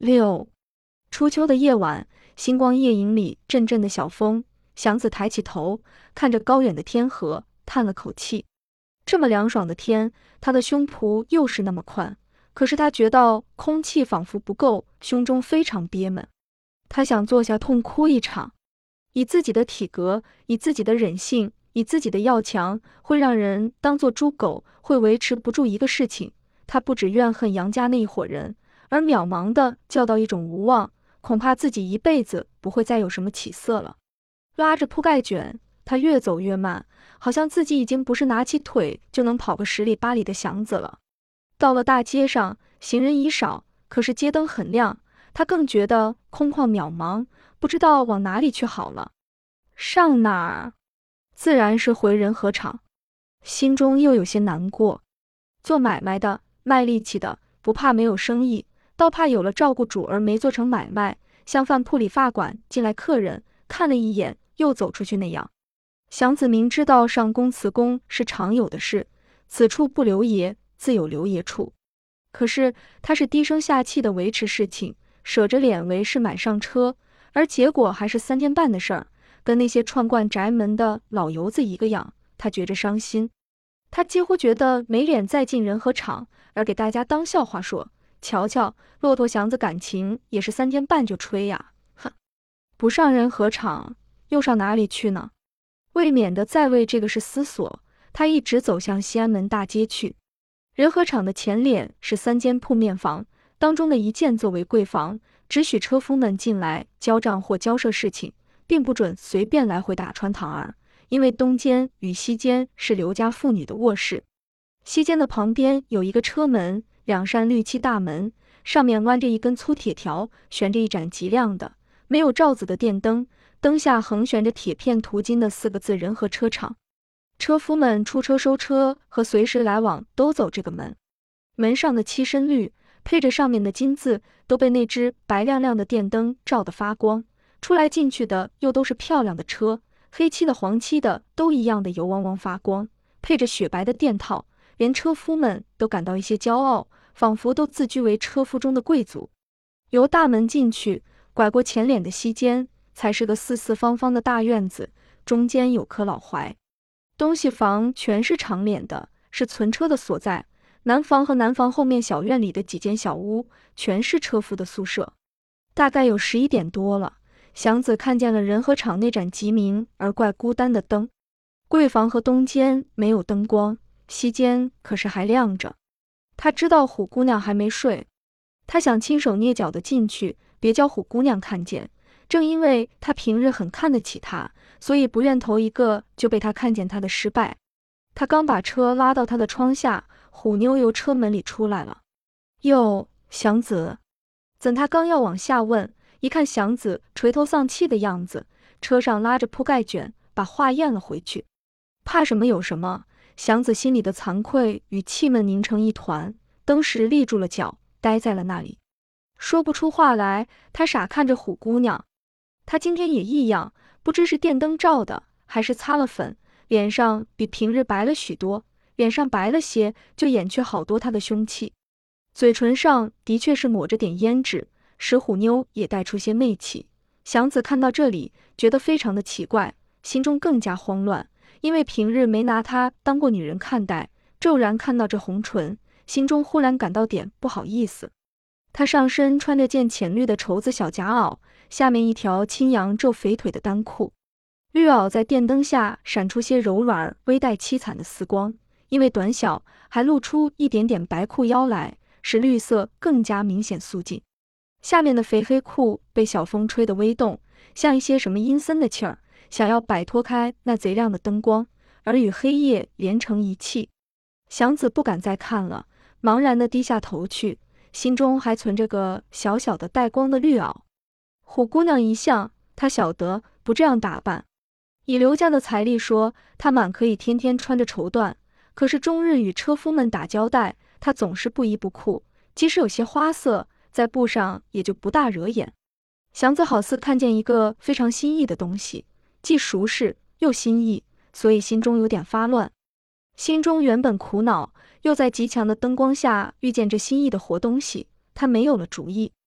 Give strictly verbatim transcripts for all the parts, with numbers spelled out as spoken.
六初秋的夜晚，星光夜影里阵阵的小风，祥子抬起头，看着高远的天河，叹了口气。这么凉爽的天，他的胸脯又是那么宽，可是他觉到空气仿佛不够，胸中非常憋闷。他想坐下痛哭一场。以自己的体格，以自己的忍性，以自己的要强，会让人当作猪狗，会维持不住一个事情。他不只怨恨杨家那一伙人，而渺茫的叫到一种无望，恐怕自己一辈子不会再有什么起色了。拉着铺盖卷，他越走越慢，好像自己已经不是拿起腿就能跑个十里八里的祥子了。到了大街上，行人已少，可是街灯很亮，他更觉得空旷渺茫，不知道往哪里去好了。上哪儿？自然是回仁和场，心中又有些难过。做买卖的，卖力气的，不怕没有生意，倒怕有了照顾主儿没做成买卖，像饭铺理发馆进来客人，看了一眼又走出去那样。祥子明知道上公辞公是常有的事，此处不留爷，自有留爷处。可是他是低声下气的维持事情，舍着脸为事买上车，而结果还是三天半的事儿，跟那些串惯宅门的老油子一个样，他觉着伤心。他几乎觉得没脸再进仁和场，而给大家当笑话说，瞧瞧骆驼祥子感情也是三天半就吹呀，哼，不上仁和场又上哪里去呢？未免的再为这个事思索，他一直走向西安门大街去。仁和场的前脸是三间铺面房，当中的一间作为柜房，只许车夫们进来交账或交涉事情，并不准随便来回打穿堂儿，因为东间与西间是刘家妇女的卧室。西间的旁边有一个车门，两扇绿漆大门，上面弯着一根粗铁条，悬着一盏极亮的没有罩子的电灯，灯下横悬着铁片涂金的四个字仁和车场。车夫们出车收车和随时来往都走这个门，门上的漆身绿配着上面的金字，都被那只白亮亮的电灯照得发光。出来进去的又都是漂亮的车，黑漆的黄漆的都一样的油汪汪发光，配着雪白的店套，连车夫们都感到一些骄傲，仿佛都自居为车夫中的贵族。由大门进去，拐过前脸的西间，才是个四四方方的大院子，中间有棵老槐。东西房全是长脸的，是存车的所在。南房和南房后面小院里的几间小屋，全是车夫的宿舍。大概有十一点多了，祥子看见了仁和场那盏极明而怪孤单的灯。柜房和东间没有灯光，西间可是还亮着。他知道虎姑娘还没睡，他想轻手蹑脚的进去，别叫虎姑娘看见。正因为他平日很看得起她，所以不愿头一个就被他看见他的失败。他刚把车拉到他的窗下，虎妞由车门里出来了。哟，祥子。怎他刚要往下问，一看祥子垂头丧气的样子，车上拉着铺盖卷，把话咽了回去。怕什么有什么，祥子心里的惭愧与气闷凝成一团，登时立住了脚，呆在了那里，说不出话来。他傻看着虎姑娘，她今天也异样，不知是电灯照的，还是擦了粉，脸上比平日白了许多，脸上白了些，就掩去好多她的凶气。嘴唇上的确是抹着点胭脂，使虎妞也带出些媚气。祥子看到这里，觉得非常的奇怪，心中更加慌乱，因为平日没拿她当过女人看待，骤然看到这红唇，心中忽然感到点不好意思。她上身穿着件浅绿的绸子小夹袄，下面一条青阳皱肥腿的单裤，绿袄在电灯下闪出些柔软微带凄惨的丝光，因为短小，还露出一点点白裤腰来，使绿色更加明显肃静。下面的肥黑裤被小风吹得微动，像一些什么阴森的气儿，想要摆脱开那贼亮的灯光，而与黑夜连成一气。祥子不敢再看了，茫然地低下头去，心中还存着个小小的带光的绿袄。虎姑娘一向，她晓得不这样打扮。以刘家的财力说，她满可以天天穿着绸缎，可是终日与车夫们打交道，她总是不衣不裤，即使有些花色，在布上也就不大惹眼。祥子好似看见一个非常新意的东西，既熟识又新意，所以心中有点发乱。心中原本苦恼，又在极强的灯光下遇见这新意的活东西，他没有了主意。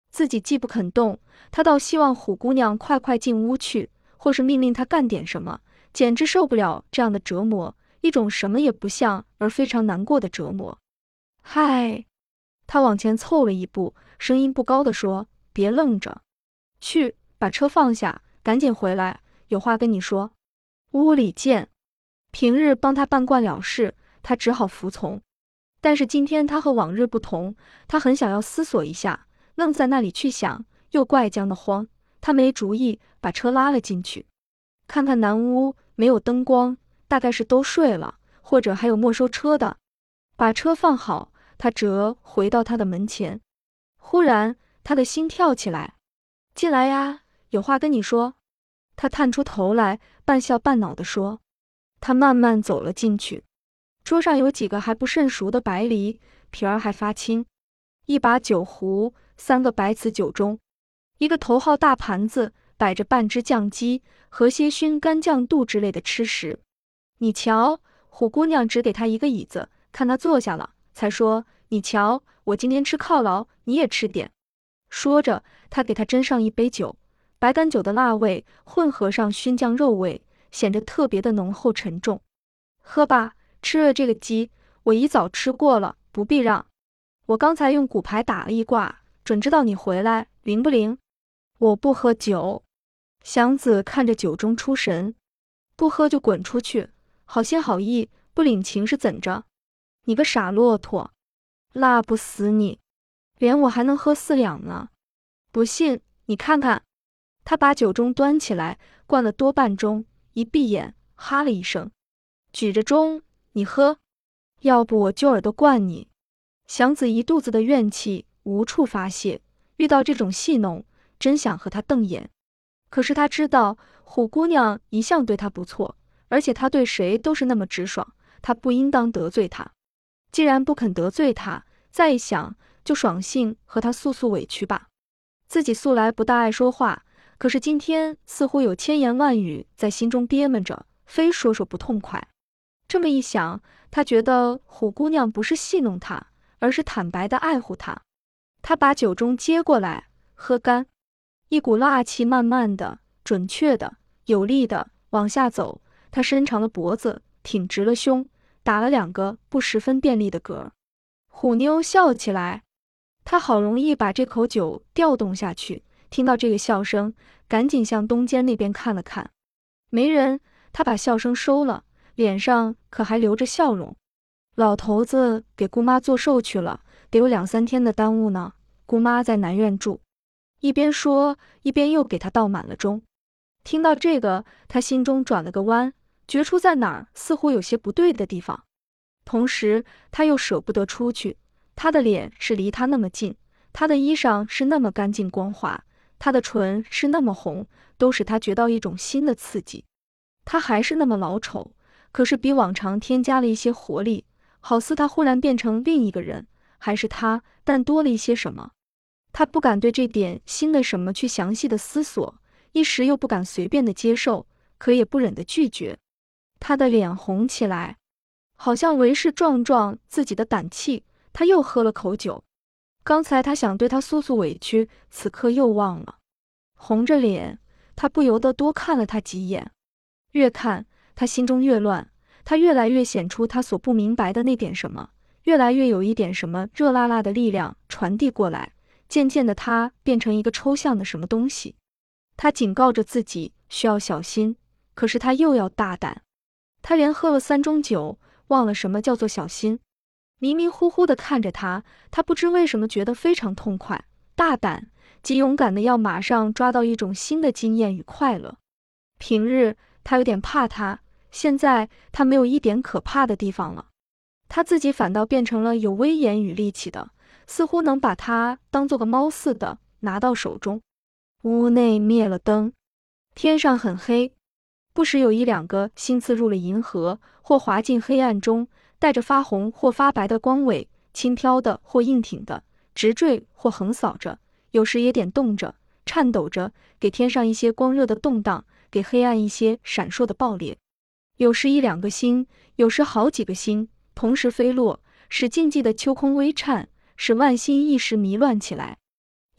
自己既不肯动，他倒希望虎姑娘快快进屋去，或是命令他干点什么，简直受不了这样的折磨，一种什么也不像而非常难过的折磨。嗨，他往前凑了一步，声音不高地说，别愣着，去，把车放下，赶紧回来，有话跟你说。屋里见。平日帮他办惯了事，他只好服从。但是今天他和往日不同，他很想要思索一下，愣在那里去想，又怪僵得慌。他没主意，把车拉了进去。看看南屋没有灯光，大概是都睡了，或者还有没收车的。把车放好，他折回到他的门前。忽然他的心跳起来，进来呀，有话跟你说。他探出头来，半笑半恼地说。他慢慢走了进去，桌上有几个还不甚熟的白梨，皮儿还发青，一把酒壶，三个白瓷酒盅，一个头号大盘子，摆着半只酱鸡和些熏干酱肚之类的吃食。你瞧，虎姑娘只给他一个椅子，看他坐下了，才说，你瞧，我今天吃犒劳，你也吃点。说着，他给他斟上一杯酒，白干酒的辣味混合上熏酱肉味，显得特别的浓厚沉重。喝吧，吃了这个鸡，我一早吃过了，不必让。我刚才用骨牌打了一卦，准知道你回来，灵不灵？我不喝酒。祥子看着酒盅出神，不喝就滚出去，好心好意，不领情是怎着？你个傻骆驼，辣不死你，连我还能喝四两呢。不信，你看看。他把酒盅端起来，灌了多半盅，一闭眼，哈了一声，举着盅，你喝，要不我就耳朵灌你。祥子一肚子的怨气无处发泄，遇到这种戏弄，真想和他瞪眼。可是他知道虎姑娘一向对他不错，而且他对谁都是那么直爽，他不应当得罪他。既然不肯得罪他，再一想，就爽性和他诉诉委屈吧。自己素来不大爱说话，可是今天似乎有千言万语在心中憋闷着，非说说不痛快。这么一想，他觉得虎姑娘不是戏弄他，而是坦白的爱护他。他把酒盅接过来，喝干，一股辣气慢慢的、准确的、有力的往下走。他伸长了脖子，挺直了胸，打了两个不十分便利的嗝。虎妞笑起来，他好容易把这口酒调动下去，听到这个笑声，赶紧向东间那边看了看，没人。他把笑声收了，脸上可还留着笑容。老头子给姑妈做寿去了，得有两三天的耽误呢。姑妈在南院住。一边说，一边又给他倒满了盅。听到这个，他心中转了个弯，觉出在哪儿似乎有些不对的地方。同时，他又舍不得出去。他的脸是离他那么近，他的衣裳是那么干净光滑，他的唇是那么红，都使他觉到一种新的刺激。他还是那么老丑，可是比往常添加了一些活力，好似他忽然变成另一个人，还是他，但多了一些什么。他不敢对这点新的什么去详细的思索，一时又不敢随便的接受，可也不忍的拒绝。他的脸红起来，好像为是壮壮自己的胆气。他又喝了口酒，刚才他想对他诉诉委屈，此刻又忘了。红着脸，他不由得多看了他几眼。越看，他心中越乱，他越来越显出他所不明白的那点什么，越来越有一点什么热辣辣的力量传递过来，渐渐的他变成一个抽象的什么东西。他警告着自己需要小心，可是他又要大胆。他连喝了三盅酒，忘了什么叫做小心。迷迷糊糊地看着他，他不知为什么觉得非常痛快，大胆，极勇敢的要马上抓到一种新的经验与快乐。平日他有点怕他，现在他没有一点可怕的地方了，他自己反倒变成了有威严与力气的，似乎能把他当做个猫似的拿到手中。屋内灭了灯，天上很黑，不时有一两个星刺入了银河，或滑进黑暗中，带着发红或发白的光尾，轻飘的或硬挺的，直坠或横扫着，有时也点动着，颤抖着，给天上一些光热的动荡，给黑暗一些闪烁的爆裂。有时一两个星，有时好几个星，同时飞落，使静寂的秋空微颤，使万星一时迷乱起来。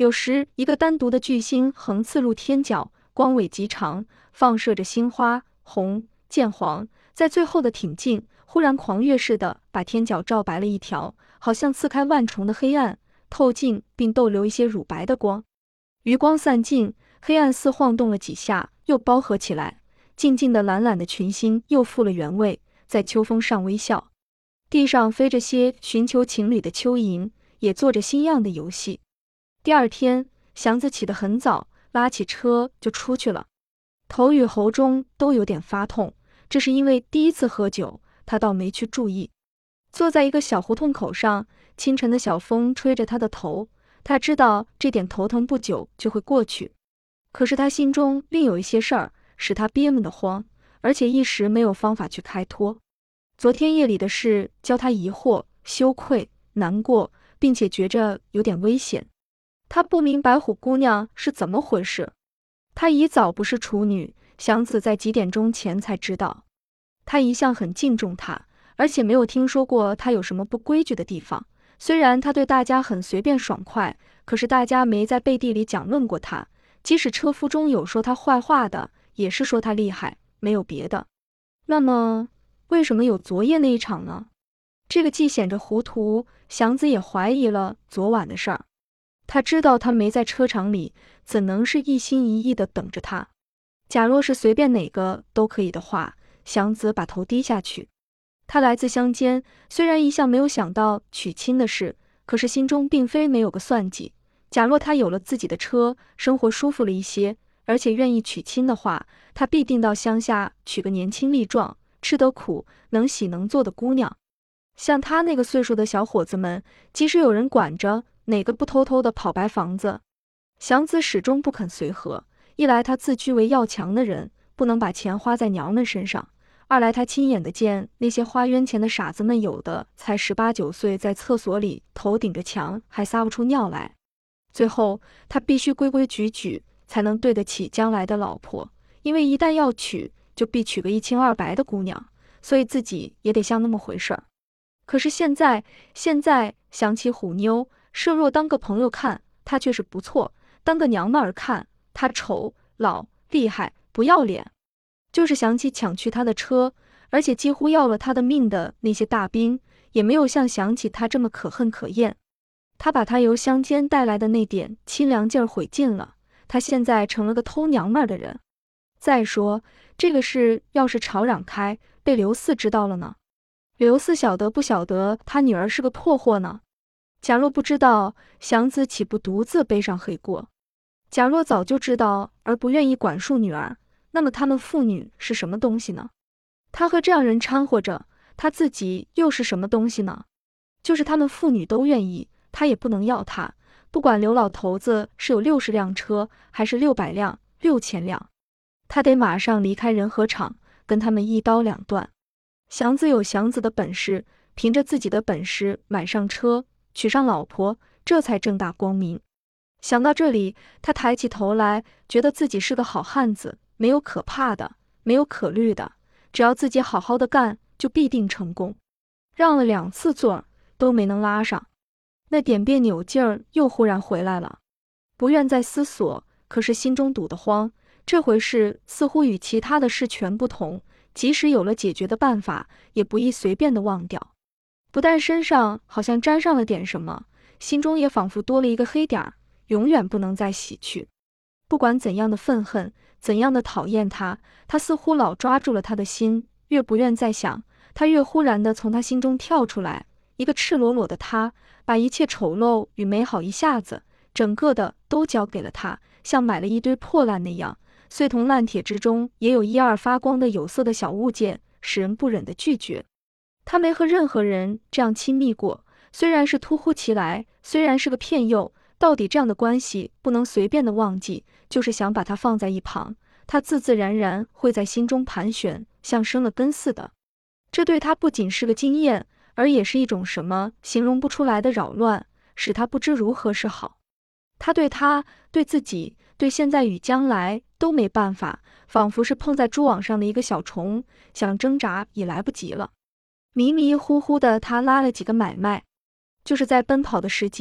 有时一个单独的巨星横刺入天角，光尾极长，放射着星花，红、渐黄，在最后的挺进，忽然狂跃似的把天角照白了一条，好像刺开万重的黑暗，透进并逗留一些乳白的光。余光散尽，黑暗似晃动了几下，又饱和起来，静静的懒懒的群星又复了原位，在秋风上微笑。地上飞着些寻求情侣的蚯蚓，也做着新样的游戏。第二天，祥子起得很早，拉起车就出去了。头与喉中都有点发痛，这是因为第一次喝酒，他倒没去注意。坐在一个小胡同口上，清晨的小风吹着他的头，他知道这点头疼不久就会过去。可是他心中另有一些事儿，使他憋闷得慌，而且一时没有方法去开脱。昨天夜里的事教他疑惑、羞愧、难过，并且觉着有点危险。他不明白虎姑娘是怎么回事。她一早不是处女，祥子在几点钟前才知道。他一向很敬重她，而且没有听说过她有什么不规矩的地方。虽然他对大家很随便爽快，可是大家没在背地里讲论过他。即使车夫中有说他坏话的，也是说他厉害，没有别的。那么，为什么有昨夜那一场呢？这个既显着糊涂，祥子也怀疑了昨晚的事儿。他知道他没在车场里，怎能是一心一意的等着他？假若是随便哪个都可以的话，祥子把头低下去。他来自乡间，虽然一向没有想到娶亲的事，可是心中并非没有个算计。假若他有了自己的车，生活舒服了一些，而且愿意娶亲的话，他必定到乡下娶个年轻力壮、吃得苦、能喜能做的姑娘。像他那个岁数的小伙子们，即使有人管着，哪个不偷偷的跑白房子？祥子始终不肯随和，一来他自居为要强的人，不能把钱花在娘们身上；二来他亲眼的见那些花冤钱的傻子们，有的才十八九岁，在厕所里头顶着墙还撒不出尿来。最后他必须规规矩矩，才能对得起将来的老婆，因为一旦要娶，就必娶个一清二白的姑娘，所以自己也得像那么回事儿。可是现在，现在想起虎妞，设若当个朋友看，她却是不错；当个娘们儿看，她丑、老、厉害、不要脸。就是想起抢去他的车，而且几乎要了他的命的那些大兵，也没有像想起他这么可恨可厌。他把他由乡间带来的那点清凉劲儿毁尽了，他现在成了个偷娘们儿的人。再说这个事要是吵嚷开，被刘四知道了呢？刘四晓得不晓得他女儿是个破货呢？假若不知道，祥子岂不独自背上黑锅？假若早就知道而不愿意管束女儿，那么他们父女是什么东西呢？他和这样人掺和着，他自己又是什么东西呢？就是他们父女都愿意，他也不能要他，不管刘老头子是有六十辆车，还是六百辆、六千辆，他得马上离开仁和厂，跟他们一刀两断。祥子有祥子的本事，凭着自己的本事买上车，娶上老婆，这才正大光明。想到这里，他抬起头来，觉得自己是个好汉子，没有可怕的，没有可虑的，只要自己好好的干，就必定成功。让了两次座都没能拉上，那点别扭劲儿又忽然回来了。不愿再思索，可是心中堵得慌。这回事似乎与其他的事全不同，即使有了解决的办法，也不易随便的忘掉。不但身上好像沾上了点什么，心中也仿佛多了一个黑点儿，永远不能再洗去。不管怎样的愤恨，怎样的讨厌他，他似乎老抓住了他的心，越不愿再想，他越忽然的从他心中跳出来，一个赤裸裸的他，把一切丑陋与美好一下子整个的都交给了他，像买了一堆破烂那样，碎铜烂铁之中也有一二发光的有色的小物件，使人不忍的拒绝。他没和任何人这样亲密过，虽然是突忽其来，虽然是个骗诱，到底这样的关系不能随便的忘记，就是想把它放在一旁，他自自然然会在心中盘旋，像生了根似的。这对他不仅是个经验，而也是一种什么形容不出来的扰乱，使他不知如何是好。他对他、对自己、对现在与将来都没办法，仿佛是碰在蛛网上的一个小虫，想挣扎也来不及了。迷迷糊糊的他拉了几个买卖，就是在奔跑的时节，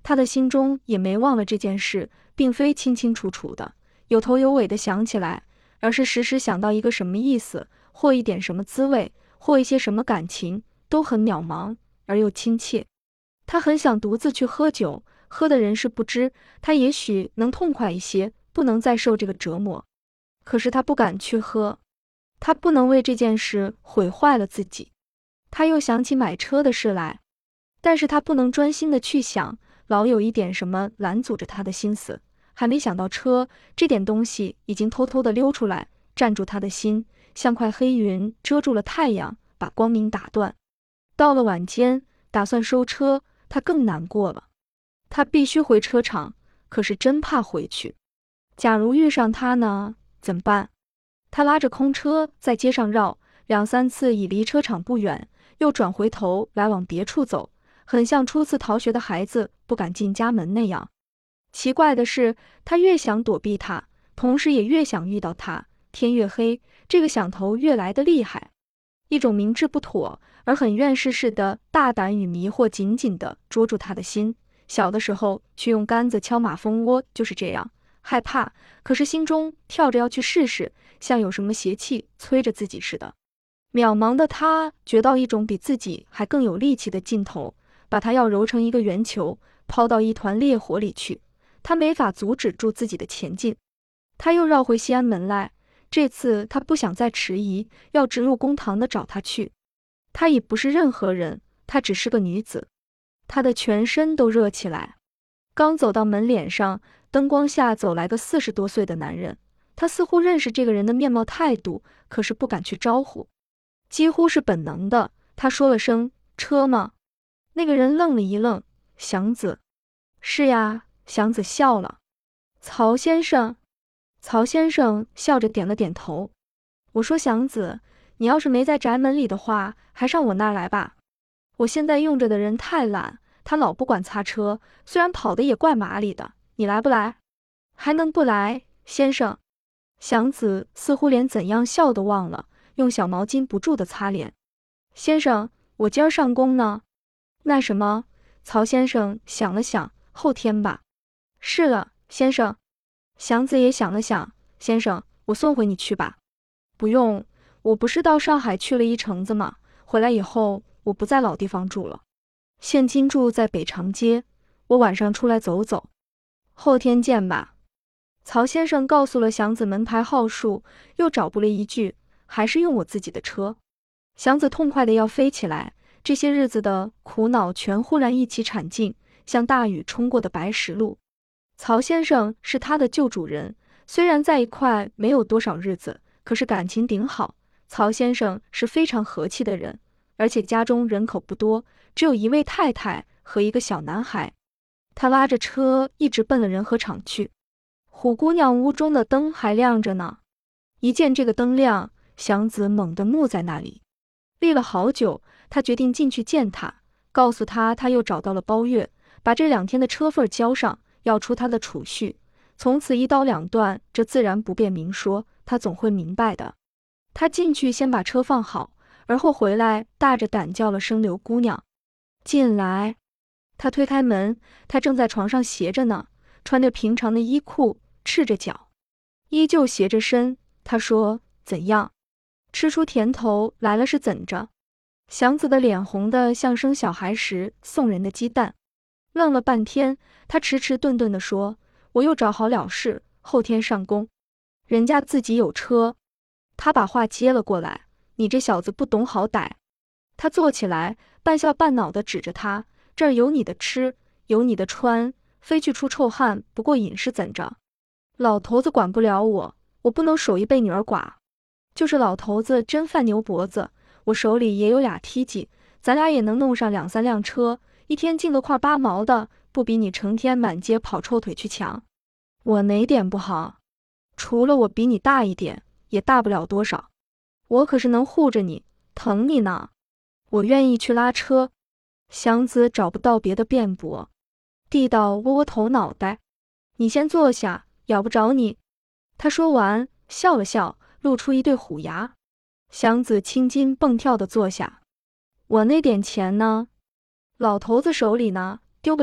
他的心中也没忘了这件事，并非清清楚楚的、有头有尾的想起来，而是时时想到一个什么意思，或一点什么滋味，或一些什么感情，都很渺茫而又亲切。他很想独自去喝酒，喝的人是不知，他也许能痛快一些，不能再受这个折磨。可是他不敢去喝，他不能为这件事毁坏了自己。他又想起买车的事来，但是他不能专心的去想，老有一点什么拦阻着他的心思。还没想到车这点东西，已经偷偷的溜出来，占住他的心，像块黑云遮住了太阳，把光明打断。到了晚间，打算收车，他更难过了。他必须回车场，可是真怕回去。假如遇上他呢，怎么办？他拉着空车在街上绕，两三次已离车场不远，又转回头来往别处走，很像初次逃学的孩子不敢进家门那样。奇怪的是，他越想躲避他，同时也越想遇到他。天越黑，这个想头越来的厉害。一种明知不妥而很愿试试的大胆与迷惑紧紧地捉住他的心。小的时候去用杆子敲马蜂窝就是这样，害怕，可是心中跳着要去试试，像有什么邪气催着自己似的。渺茫的他觉到一种比自己还更有力气的劲头，把他要揉成一个圆球，抛到一团烈火里去。他没法阻止住自己的前进。他又绕回西安门来，这次他不想再迟疑，要直入公堂的找他去。他已不是任何人，她只是个女子。他的全身都热起来。刚走到门脸上，灯光下走来个四十多岁的男人。他似乎认识这个人的面貌态度，可是不敢去招呼，几乎是本能的。他说了声车吗？那个人愣了一愣，祥子。是呀，祥子笑了。曹先生。曹先生笑着点了点头。我说祥子，你要是没在宅门里的话，还上我那儿来吧。我现在用着的人太懒，他老不管擦车，虽然跑得也怪麻利的。你来不来？还能不来，先生？祥子似乎连怎样笑都忘了，用小毛巾不住地擦脸。先生，我今儿上工呢。那什么？曹先生想了想，后天吧。是了，先生。祥子也想了想，先生，我送回你去吧。不用，我不是到上海去了一程子吗？回来以后，我不在老地方住了，现今住在北长街，我晚上出来走走。后天见吧。曹先生告诉了祥子门牌号数，又找补了一句，还是用我自己的车。祥子痛快的要飞起来，这些日子的苦恼全忽然一起铲尽，像大雨冲过的白石路。曹先生是他的旧主人，虽然在一块没有多少日子，可是感情顶好。曹先生是非常和气的人，而且家中人口不多，只有一位太太和一个小男孩。他拉着车一直奔了仁和厂去。虎姑娘屋中的灯还亮着呢，一见这个灯亮，祥子猛地木在那里，立了好久。他决定进去见他，告诉他他又找到了包月，把这两天的车份交上，要出他的储蓄。从此一刀两断，这自然不便明说，他总会明白的。他进去先把车放好，而后回来大着胆叫了声刘姑娘。进来。他推开门，他正在床上斜着呢，穿着平常的衣裤，赤着脚，依旧斜着身。他说：怎样？吃出甜头来了是怎着？祥子的脸红得像生小孩时送人的鸡蛋。愣了半天，他迟迟顿顿地说：我又找好了事，后天上工。人家自己有车。他把话接了过来：你这小子不懂好歹。他坐起来，半笑半恼地指着他：这儿有你的吃，有你的穿，非去出臭汗不过瘾是怎着？老头子管不了我，我不能守一辈女儿寡。就是老头子真犯牛脖子，我手里也有俩梯级，咱俩也能弄上两三辆车，一天进个块八毛的，不比你成天满街跑臭腿去强。我哪点不好？除了我比你大一点，也大不了多少。我可是能护着你，疼你呢。我愿意去拉车。祥子找不到别的辩驳，地道窝窝头脑袋。你先坐下，咬不着你。他说完，笑了笑，露出一对虎牙。祥子青筋蹦跳地坐下。我那点钱呢？老头子手里呢，丢不了，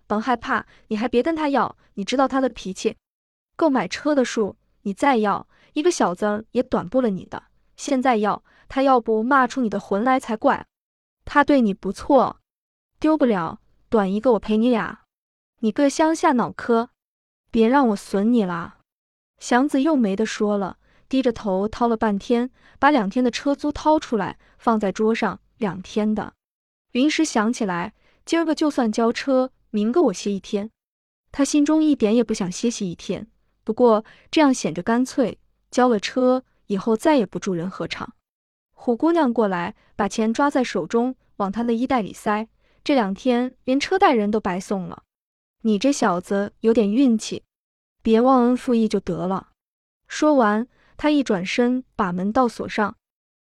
甭害怕，你还别跟他要，你知道他的脾气。购买车的数，你再要，一个小子也短不了你的。现在要，他要不骂出你的魂来才怪。他对你不错，丢不了，短一个我陪你俩。你个乡下脑壳，别让我损你啦。祥子又没得说了，低着头掏了半天，把两天的车租掏出来，放在桌上。两天的，临时想起来，今儿个就算交车，明个我歇一天。他心中一点也不想歇息一天，不过这样显着干脆，交了车以后再也不助人合场。虎姑娘过来，把钱抓在手中，往他的衣袋里塞。这两天连车带人都白送了，你这小子有点运气，别忘恩负义就得了。说完，他一转身，把门倒锁上。